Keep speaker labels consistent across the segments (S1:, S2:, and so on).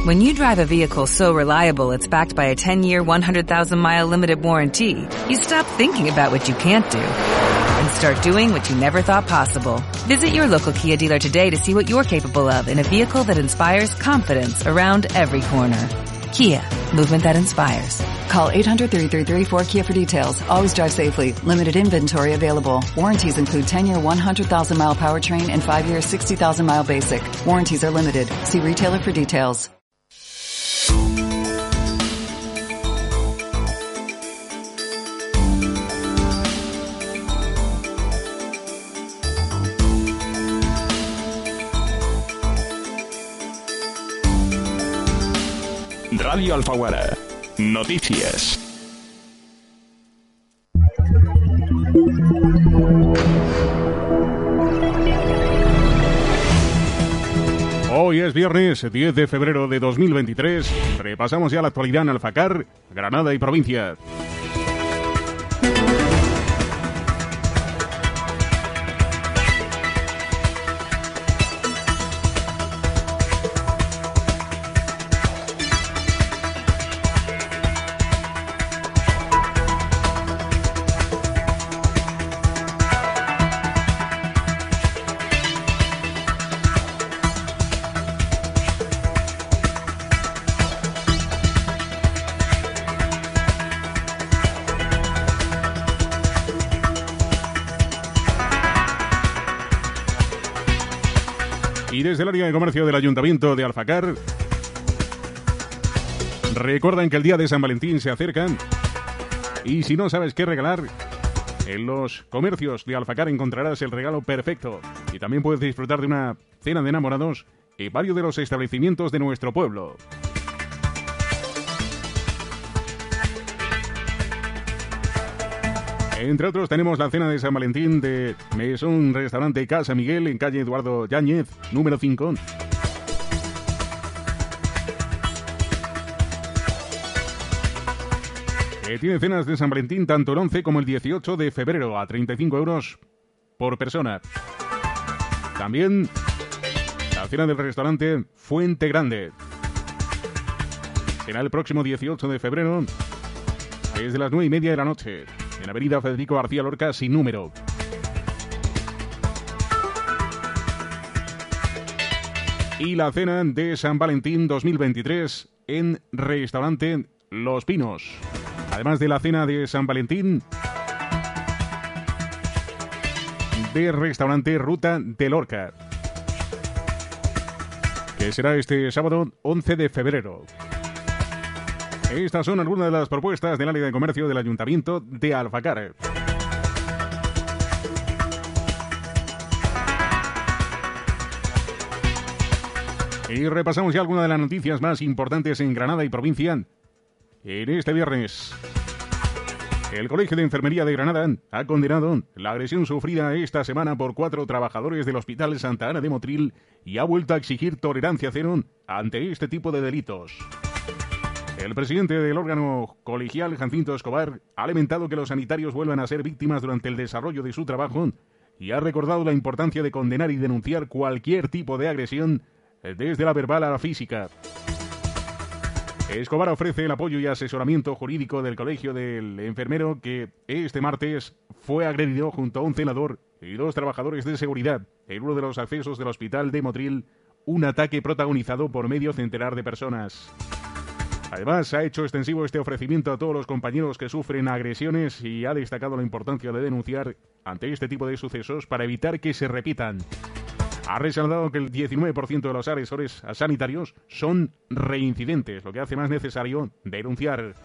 S1: When you drive a vehicle so reliable it's backed by a 10-year, 100,000-mile limited warranty, you stop thinking about what you can't do and start doing what you never thought possible. Visit your local Kia dealer today to see what you're capable of in a vehicle that inspires confidence around every corner. Kia, movement that inspires.
S2: Call 800-3334-KIA for details. Always drive safely. Limited inventory available. Warranties include 10-year, 100,000-mile powertrain and 5-year, 60,000-mile basic. Warranties are limited. See retailer for details.
S3: Radio Alfaguara. Noticias.
S4: Hoy es viernes 10 de febrero de 2023. Repasamos ya la actualidad en Alfacar, Granada y provincia. Y desde el área de comercio del Ayuntamiento de Alfacar recuerdan que el día de San Valentín se acercan y si no sabes qué regalar, en los comercios de Alfacar encontrarás el regalo perfecto y también puedes disfrutar de una cena de enamorados en varios de los establecimientos de nuestro pueblo. Entre otros tenemos la cena de San Valentín de Mesón Restaurante Casa Miguel en calle Eduardo Yáñez, número 5. Tiene cenas de San Valentín tanto el 11 como el 18 de febrero a 35 euros por persona. También la cena del restaurante Fuente Grande. Será el próximo 18 de febrero desde las 9:30 de la noche. En Avenida Federico García Lorca, sin número. Y la cena de San Valentín 2023 en Restaurante Los Pinos. Además de la cena de San Valentín de Restaurante Ruta de Lorca, que será este sábado 11 de febrero. Estas son algunas de las propuestas del área de comercio del Ayuntamiento de Alfacar. Y repasamos ya algunas de las noticias más importantes en Granada y provincia. En este viernes, el Colegio de Enfermería de Granada ha condenado la agresión sufrida esta semana por 4 trabajadores del Hospital Santa Ana de Motril y ha vuelto a exigir tolerancia cero ante este tipo de delitos. El presidente del órgano colegial, Jacinto Escobar, ha lamentado que los sanitarios vuelvan a ser víctimas durante el desarrollo de su trabajo y ha recordado la importancia de condenar y denunciar cualquier tipo de agresión, desde la verbal a la física. Escobar ofrece el apoyo y asesoramiento jurídico del Colegio del Enfermero, que este martes fue agredido junto a un celador y 2 trabajadores de seguridad en uno de los accesos del Hospital de Motril, un ataque protagonizado por medio centenar de personas. Además, ha hecho extensivo este ofrecimiento a todos los compañeros que sufren agresiones y ha destacado la importancia de denunciar ante este tipo de sucesos para evitar que se repitan. Ha resaltado que el 19% de los agresores sanitarios son reincidentes, lo que hace más necesario denunciar.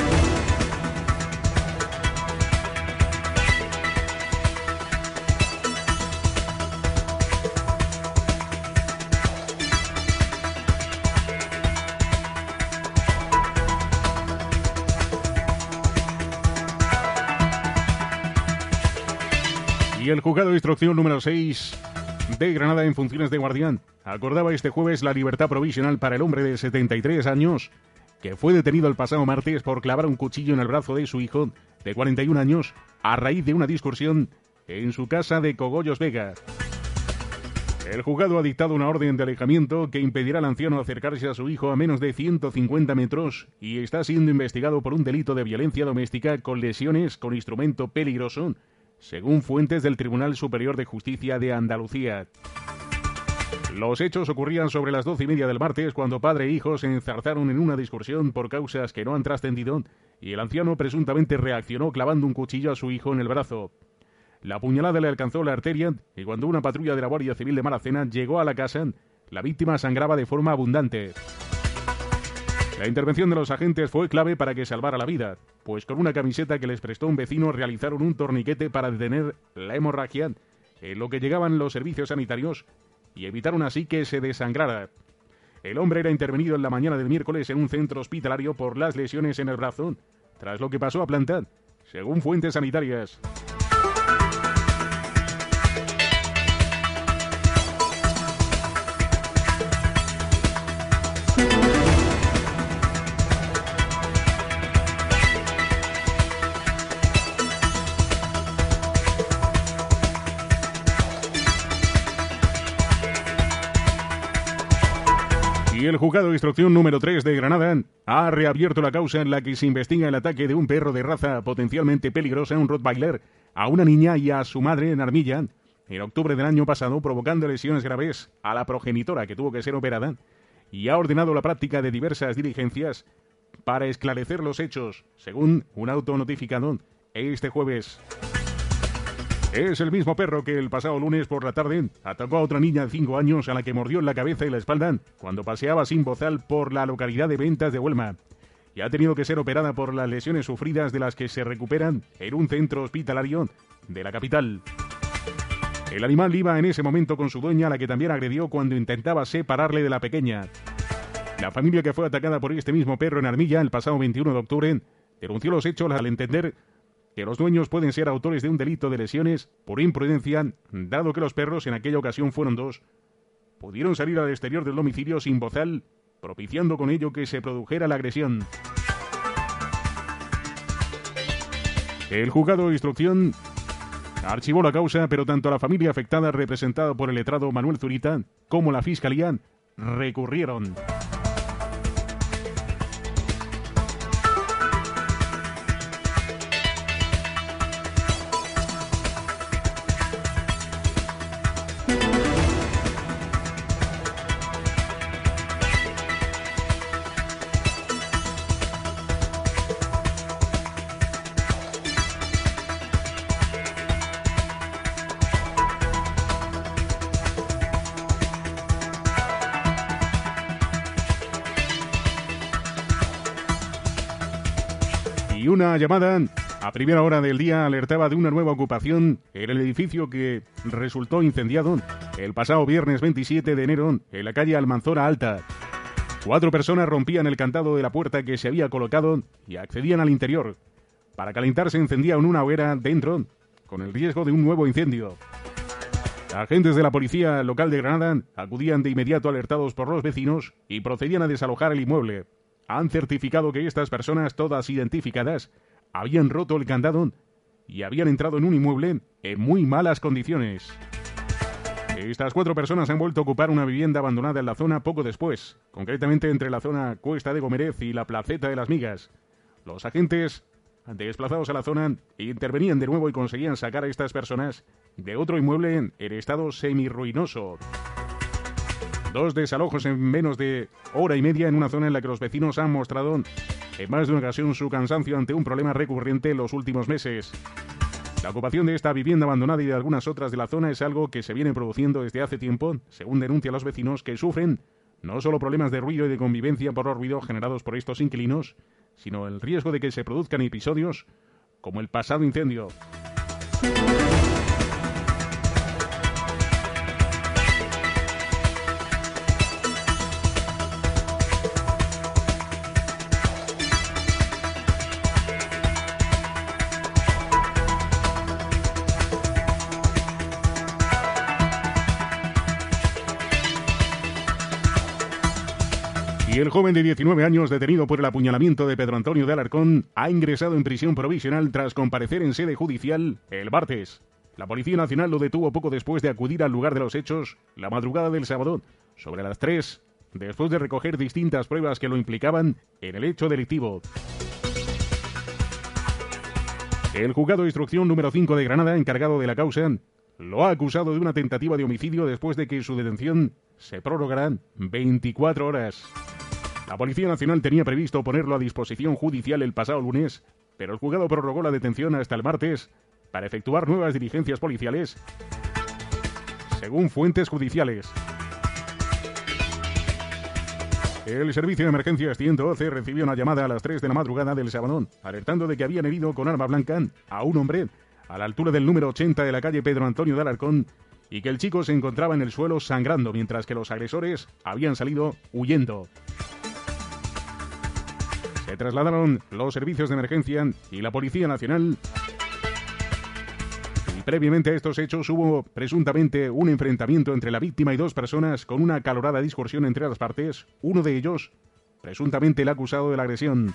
S4: Y el juzgado de instrucción número 6 de Granada, en funciones de guardián, acordaba este jueves la libertad provisional para el hombre de 73 años que fue detenido el pasado martes por clavar un cuchillo en el brazo de su hijo de 41 años a raíz de una discusión en su casa de Cogollos Vega. El juzgado ha dictado una orden de alejamiento que impedirá al anciano acercarse a su hijo a menos de 150 metros y está siendo investigado por un delito de violencia doméstica con lesiones con instrumento peligroso, según fuentes del Tribunal Superior de Justicia de Andalucía. Los hechos ocurrían sobre las 12:30 del martes, cuando padre e hijo se enzarzaron en una discusión por causas que no han trascendido y el anciano presuntamente reaccionó clavando un cuchillo a su hijo en el brazo. La puñalada le alcanzó la arteria y cuando una patrulla de la Guardia Civil de Maracena llegó a la casa, la víctima sangraba de forma abundante. La intervención de los agentes fue clave para que salvara la vida, pues con una camiseta que les prestó un vecino realizaron un torniquete para detener la hemorragia, en lo que llegaban los servicios sanitarios y evitaron así que se desangrara. El hombre era intervenido en la mañana del miércoles en un centro hospitalario por las lesiones en el brazo, tras lo que pasó a planta, según fuentes sanitarias. Y el juzgado de instrucción número 3 de Granada ha reabierto la causa en la que se investiga el ataque de un perro de raza potencialmente peligrosa, un Rottweiler, a una niña y a su madre en Armilla, en octubre del año pasado, provocando lesiones graves a la progenitora, que tuvo que ser operada, y ha ordenado la práctica de diversas diligencias para esclarecer los hechos, según un auto notificado este jueves. Es el mismo perro que el pasado lunes por la tarde atacó a otra niña de 5 años a la que mordió en la cabeza y la espalda cuando paseaba sin bozal por la localidad de Ventas de Huelma. Y ha tenido que ser operada por las lesiones sufridas de las que se recuperan en un centro hospitalario de la capital. El animal iba en ese momento con su dueña, a la que también agredió cuando intentaba separarle de la pequeña. La familia que fue atacada por este mismo perro en Armilla el pasado 21 de octubre denunció los hechos al entender que los dueños pueden ser autores de un delito de lesiones por imprudencia, dado que los perros, en aquella ocasión fueron 2, pudieron salir al exterior del domicilio sin bozal, propiciando con ello que se produjera la agresión. El juzgado de instrucción archivó la causa, pero tanto la familia afectada, representada por el letrado Manuel Zurita, como la Fiscalía recurrieron. Y una llamada a primera hora del día alertaba de una nueva ocupación en el edificio que resultó incendiado el pasado viernes 27 de enero en la calle Almanzora Alta. 4 personas rompían el candado de la puerta que se había colocado y accedían al interior. Para calentarse encendían una hoguera dentro, con el riesgo de un nuevo incendio. Agentes de la policía local de Granada acudían de inmediato alertados por los vecinos y procedían a desalojar el inmueble. Han certificado que estas personas, todas identificadas, habían roto el candado y habían entrado en un inmueble en muy malas condiciones. Estas 4 personas han vuelto a ocupar una vivienda abandonada en la zona poco después, concretamente entre la zona Cuesta de Gómez y la Placeta de las Migas. Los agentes, desplazados a la zona, intervenían de nuevo y conseguían sacar a estas personas de otro inmueble en estado semirruinoso. 2 desalojos en menos de hora y media en una zona en la que los vecinos han mostrado en más de una ocasión su cansancio ante un problema recurrente en los últimos meses. La ocupación de esta vivienda abandonada y de algunas otras de la zona es algo que se viene produciendo desde hace tiempo, según denuncian los vecinos, que sufren no solo problemas de ruido y de convivencia por los ruidos generados por estos inquilinos, sino el riesgo de que se produzcan episodios como el pasado incendio. Y el joven de 19 años, detenido por el apuñalamiento de Pedro Antonio de Alarcón, ha ingresado en prisión provisional tras comparecer en sede judicial el martes. La Policía Nacional lo detuvo poco después de acudir al lugar de los hechos la madrugada del sábado, sobre las 3, después de recoger distintas pruebas que lo implicaban en el hecho delictivo. El juzgado de instrucción número 5 de Granada, encargado de la causa, lo ha acusado de una tentativa de homicidio después de que su detención se prorrogará 24 horas. La Policía Nacional tenía previsto ponerlo a disposición judicial el pasado lunes, pero el juzgado prorrogó la detención hasta el martes para efectuar nuevas diligencias policiales, según fuentes judiciales. El servicio de emergencias 112 recibió una llamada a las 3 de la madrugada del sábado, alertando de que habían herido con arma blanca a un hombre a la altura del número 80 de la calle Pedro Antonio de Alarcón y que el chico se encontraba en el suelo sangrando mientras que los agresores habían salido huyendo. Se trasladaron los servicios de emergencia y la Policía Nacional. Y previamente a estos hechos hubo presuntamente un enfrentamiento entre la víctima y dos personas con una acalorada discusión entre las partes, uno de ellos presuntamente el acusado de la agresión.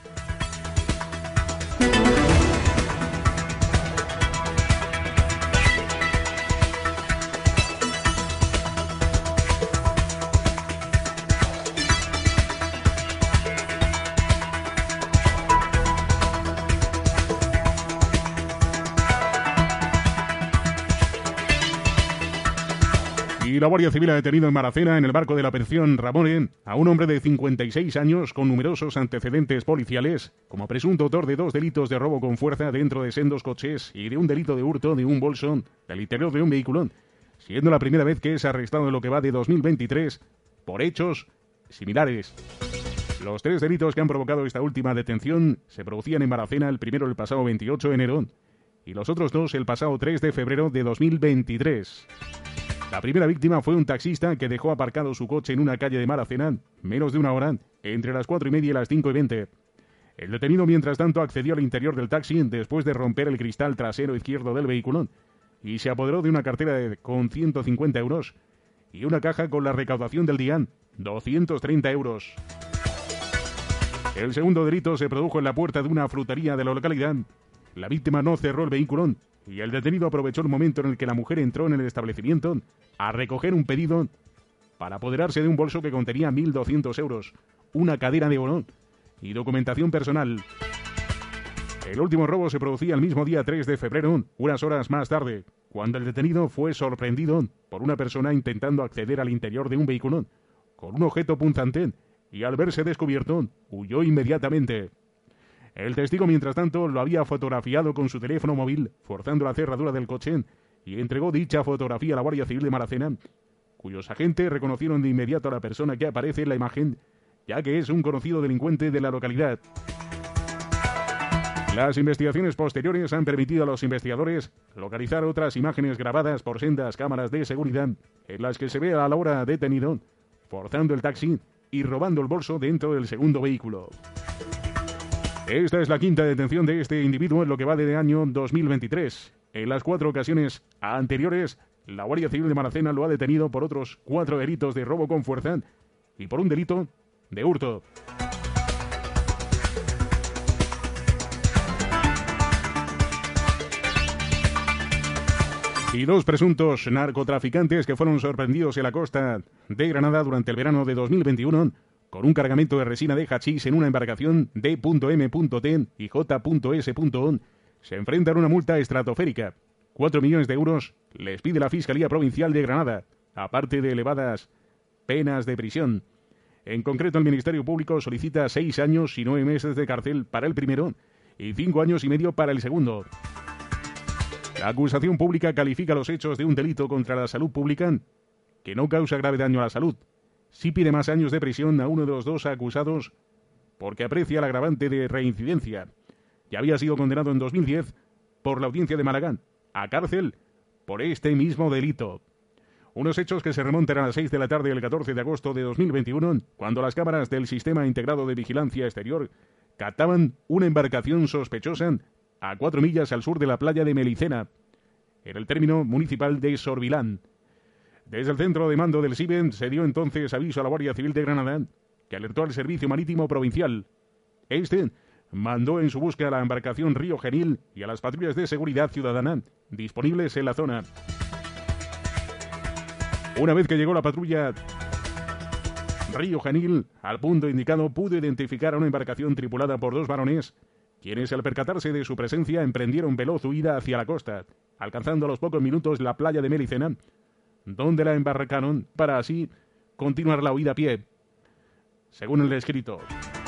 S4: Y la Guardia Civil ha detenido en Maracena, en el barco de la Operación Ramón, a un hombre de 56 años con numerosos antecedentes policiales, como presunto autor de 2 delitos de robo con fuerza dentro de sendos coches y de un delito de hurto de un bolso del interior de un vehículo, siendo la primera vez que es arrestado en lo que va de 2023 por hechos similares. Los 3 delitos que han provocado esta última detención se producían en Maracena, el primero el pasado 28 de enero y los otros 2 el pasado 3 de febrero de 2023. La primera víctima fue un taxista que dejó aparcado su coche en una calle de Maracena menos de una hora, entre las 4:30 y las 5:20. El detenido, mientras tanto, accedió al interior del taxi después de romper el cristal trasero izquierdo del vehículo y se apoderó de una cartera con 150 euros y una caja con la recaudación del día, 230 euros. El segundo delito se produjo en la puerta de una frutería de la localidad. La víctima no cerró el vehículo y el detenido aprovechó el momento en el que la mujer entró en el establecimiento a recoger un pedido para apoderarse de un bolso que contenía 1.200 euros, una cadena de oro y documentación personal. El último robo se producía el mismo día 3 de febrero, unas horas más tarde, cuando el detenido fue sorprendido por una persona intentando acceder al interior de un vehículo con un objeto punzante y al verse descubierto, huyó inmediatamente. El testigo, mientras tanto, lo había fotografiado con su teléfono móvil, forzando la cerradura del coche, y entregó dicha fotografía a la Guardia Civil de Maracena, cuyos agentes reconocieron de inmediato a la persona que aparece en la imagen, ya que es un conocido delincuente de la localidad. Las investigaciones posteriores han permitido a los investigadores localizar otras imágenes grabadas por sendas cámaras de seguridad, en las que se ve a la hora detenido, forzando el taxi y robando el bolso dentro del segundo vehículo. Esta es la quinta detención de este individuo en lo que va de año 2023. En las 4 ocasiones anteriores, la Guardia Civil de Maracena lo ha detenido por otros 4 delitos de robo con fuerza y por un delito de hurto. Y 2 presuntos narcotraficantes que fueron sorprendidos en la costa de Granada durante el verano de 2021 con un cargamento de resina de hachís en una embarcación D.M.T y J.S.O, se enfrentan a una multa estratosférica. 4 millones de euros les pide la Fiscalía Provincial de Granada, aparte de elevadas penas de prisión. En concreto, el Ministerio Público solicita 6 años y 9 meses de cárcel para el primero y 5 años y medio para el segundo. La acusación pública califica los hechos de un delito contra la salud pública que no causa grave daño a la salud. Sí pide más años de prisión a uno de los 2 acusados porque aprecia el agravante de reincidencia. Ya había sido condenado en 2010 por la Audiencia de Málaga a cárcel por este mismo delito. Unos hechos que se remontan a las 6 de la tarde del 14 de agosto de 2021, cuando las cámaras del Sistema Integrado de Vigilancia Exterior captaban una embarcación sospechosa a 4 millas al sur de la playa de Melicena, en el término municipal de Sorbilán. Desde el centro de mando del SIBE se dio entonces aviso a la Guardia Civil de Granada, que alertó al Servicio Marítimo Provincial. Este mandó en su búsqueda a la embarcación Río Genil y a las patrullas de seguridad ciudadana disponibles en la zona. Una vez que llegó la patrulla Río Genil al punto indicado, pudo identificar a una embarcación tripulada por 2 varones, quienes al percatarse de su presencia emprendieron veloz huida hacia la costa, alcanzando a los pocos minutos la playa de Melicena, donde la embarcaron para así continuar la huida a pie, según el escrito.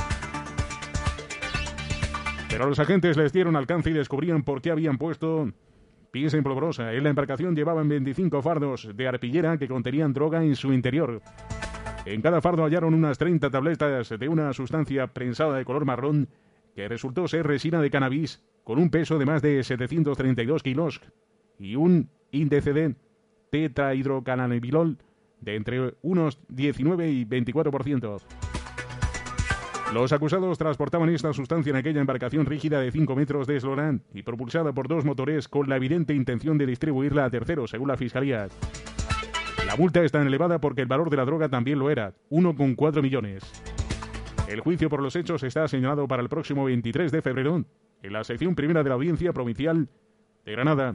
S4: Pero los agentes les dieron alcance y descubrían por qué habían puesto pies en polvorosa. En la embarcación llevaban 25 fardos de arpillera que contenían droga en su interior. En cada fardo hallaron unas 30 tabletas de una sustancia prensada de color marrón que resultó ser resina de cannabis con un peso de más de 732 kilos y un índice de tetrahidrocannabidiol de entre unos 19 y 24%. Los acusados transportaban esta sustancia en aquella embarcación rígida de 5 metros de eslora y propulsada por 2 motores con la evidente intención de distribuirla a terceros, según la Fiscalía. La multa es tan elevada porque el valor de la droga también lo era, 1,4 millones. El juicio por los hechos está señalado para el próximo 23 de febrero en la sección primera de la Audiencia Provincial de Granada.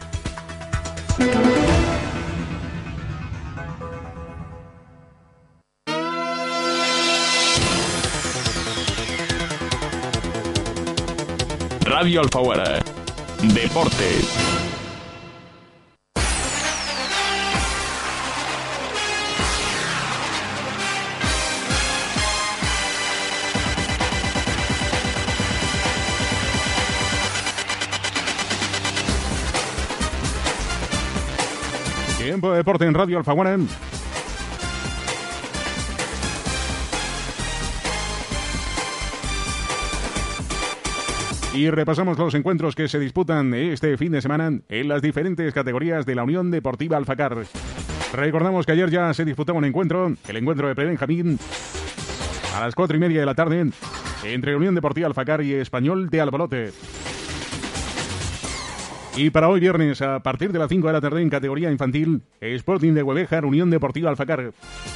S3: Radio Alfaguara. Deportes.
S4: Tiempo de deporte en Radio Alfaguara. Y repasamos los encuentros que se disputan este fin de semana en las diferentes categorías de la Unión Deportiva Alfacar. Recordamos que ayer ya se disputaba un encuentro, el encuentro de Prebenjamín, a las 4:30 de la tarde, entre Unión Deportiva Alfacar y Español de Albolote. Y para hoy viernes, a partir de las 5 de la tarde en categoría infantil, Sporting de Huevejar, Unión Deportiva Alfacar.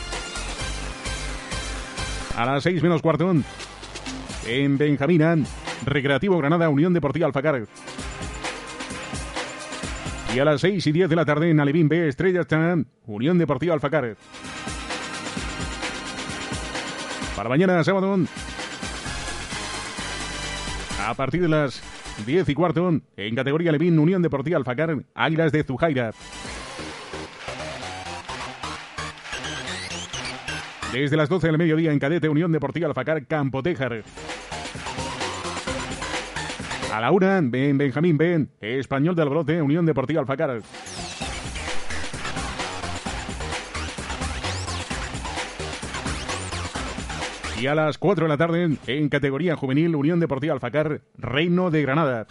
S4: A las 6 menos cuarto, en Benjamina, Recreativo Granada, Unión Deportiva Alfacar. Y a las 6:10 de la tarde en Alevín B, Estrellas Chan, Unión Deportiva Alfacar. Para mañana sábado, a partir de las 10:15, en categoría Alevín, Unión Deportiva Alfacar, Águilas de Zujaira. Desde las 12 del mediodía en cadete, Unión Deportiva Alfacar, Campotejar. A la 1, en Benjamín B, Español de Albolote, Unión Deportiva Alfacar. Y a las 4 de la tarde, en categoría juvenil, Unión Deportiva Alfacar, Reino de Granada.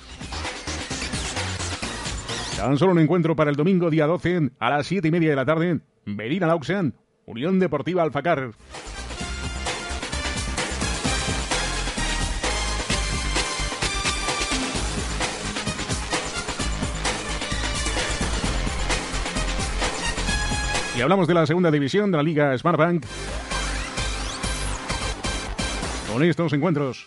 S4: Tan solo un encuentro para el domingo, día 12, a las 7:30 de la tarde, Medina Lauxan, Unión Deportiva Alfacar. Y hablamos de la segunda división de la Liga Smartbank. Con estos encuentros.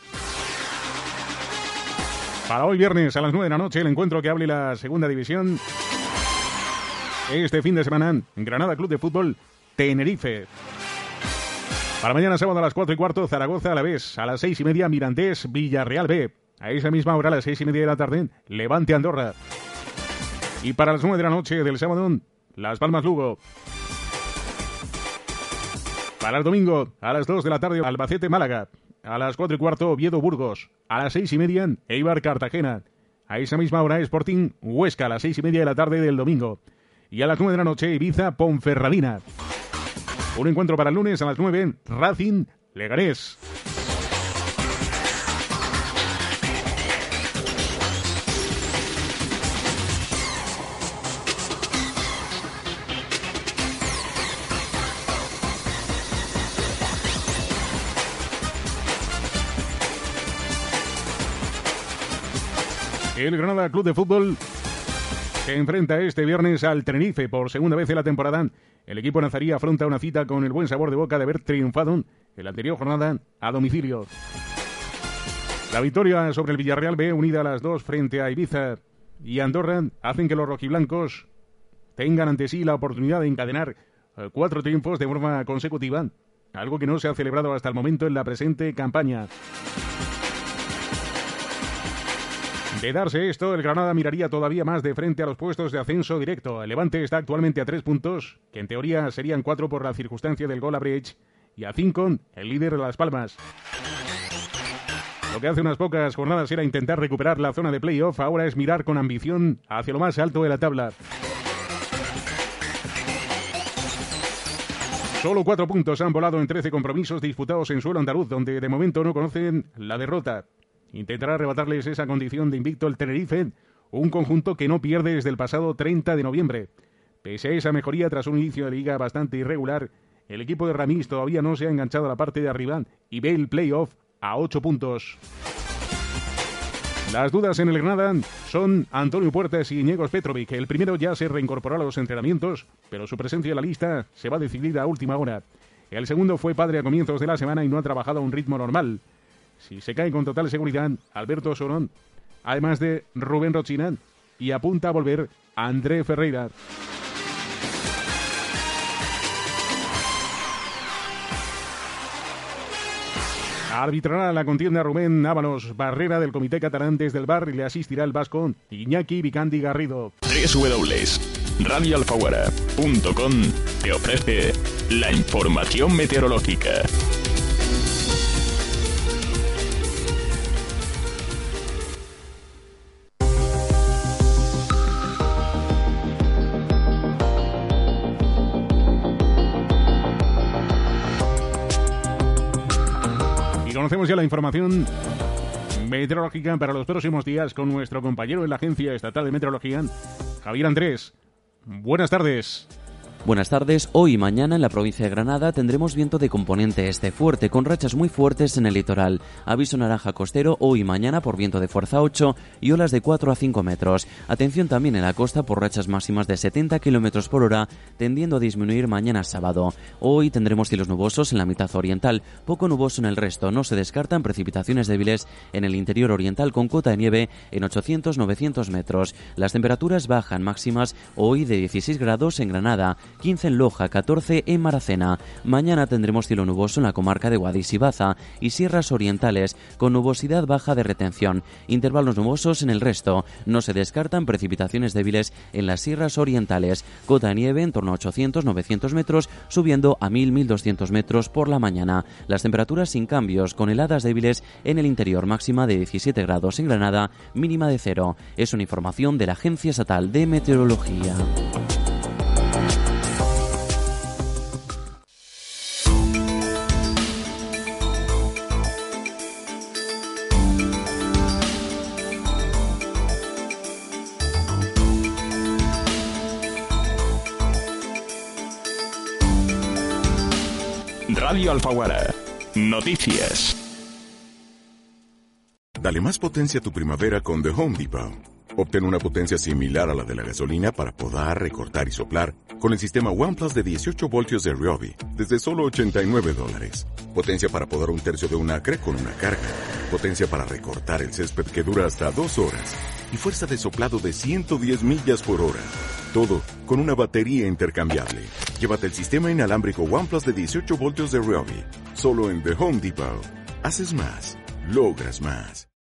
S4: Para hoy viernes a las 9 de la noche, el encuentro que hable la segunda división. Este fin de semana, Granada Club de Fútbol, Tenerife. Para mañana sábado a las 4:15, Zaragoza Alavés. A las 6:30, Mirandés Villarreal B. A esa misma hora, a las 6:30 de la tarde, Levante Andorra. Y para las 9 de la noche del sábado, Las Palmas Lugo. Para el domingo, a las 2 de la tarde, Albacete Málaga. A las 4:15, Oviedo Burgos. A las 6:30, Eibar Cartagena. A esa misma hora, Sporting Huesca. A las 6:30 de la tarde del domingo. Y a las 9 de la noche, Ibiza Ponferradina. Un encuentro para el lunes a las 9, Racing Leganés. El Granada Club de Fútbol se enfrenta este viernes al Tenerife por segunda vez en la temporada. El equipo nazarí afronta una cita con el buen sabor de boca de haber triunfado en la anterior jornada a domicilio. La victoria sobre el Villarreal B, unida a las dos frente a Ibiza y Andorra, hacen que los rojiblancos tengan ante sí la oportunidad de encadenar 4 triunfos de forma consecutiva, algo que no se ha celebrado hasta el momento en la presente campaña. De darse esto, el Granada miraría todavía más de frente a los puestos de ascenso directo. El Levante está actualmente a 3 puntos, que en teoría serían 4 por la circunstancia del goal average, y a 5 el líder de Las Palmas. Lo que hace unas pocas jornadas era intentar recuperar la zona de playoff, ahora es mirar con ambición hacia lo más alto de la tabla. Solo 4 puntos han volado en 13 compromisos disputados en suelo andaluz, donde de momento no conocen la derrota. Intentará arrebatarles esa condición de invicto el Tenerife, un conjunto que no pierde desde el pasado 30 de noviembre. Pese a esa mejoría tras un inicio de liga bastante irregular, el equipo de Ramis todavía no se ha enganchado a la parte de arriba y ve el playoff a 8 puntos. Las dudas en el Granada son Antonio Puertas y Íñigo Petrovic. El primero ya se reincorporó a los entrenamientos, pero su presencia en la lista se va a decidir a última hora. El segundo fue padre a comienzos de la semana y no ha trabajado a un ritmo normal. Si se cae con total seguridad, Alberto Sorón, además de Rubén Rochina, y apunta a volver André Ferreira. Arbitrará la contienda Rubén Ábalos Barrera del Comité Catalán desde el VAR y le asistirá el vasco Iñaki Vicandi Garrido.
S3: www.radioalfaguara.com te ofrece la información meteorológica.
S4: Conocemos ya la información meteorológica para los próximos días con nuestro compañero en la Agencia Estatal de Meteorología, Javier Andrés. Buenas tardes.
S5: Buenas tardes. Hoy y mañana en la provincia de Granada tendremos viento de componente este fuerte, con rachas muy fuertes en el litoral. Aviso naranja costero hoy y mañana por viento de fuerza 8 y olas de 4 a 5 metros. Atención también en la costa por rachas máximas de 70 km por hora, tendiendo a disminuir mañana sábado. Hoy tendremos cielos nubosos en la mitad oriental, poco nuboso en el resto. No se descartan precipitaciones débiles en el interior oriental con cota de nieve en 800-900 metros. Las temperaturas bajan máximas hoy de 16 grados en Granada, 15 en Loja, 14 en Maracena. Mañana tendremos cielo nuboso en la comarca de Guadix y Baza y sierras orientales, con nubosidad baja de retención. Intervalos nubosos en el resto. No se descartan precipitaciones débiles en las sierras orientales. Cota de nieve en torno a 800-900 metros, subiendo a 1000-1200 metros por la mañana. Las temperaturas sin cambios, con heladas débiles en el interior, máxima de 17 grados en Granada, mínima de 0. Es una información de la Agencia Estatal de Meteorología.
S3: Radio Alfaguara. Noticias.
S6: Dale más potencia a tu primavera con The Home Depot. Obtén una potencia similar a la de la gasolina para podar, recortar y soplar con el sistema OnePlus de 18 voltios de Ryobi desde solo $89. Potencia para podar 1/3 de un acre con una carga. Potencia para recortar el césped que dura hasta 2 horas. Y fuerza de soplado de 110 millas por hora. Todo con una batería intercambiable. Llévate el sistema inalámbrico OnePlus de 18 voltios de Ryobi. Solo en The Home Depot. Haces más. Logras más.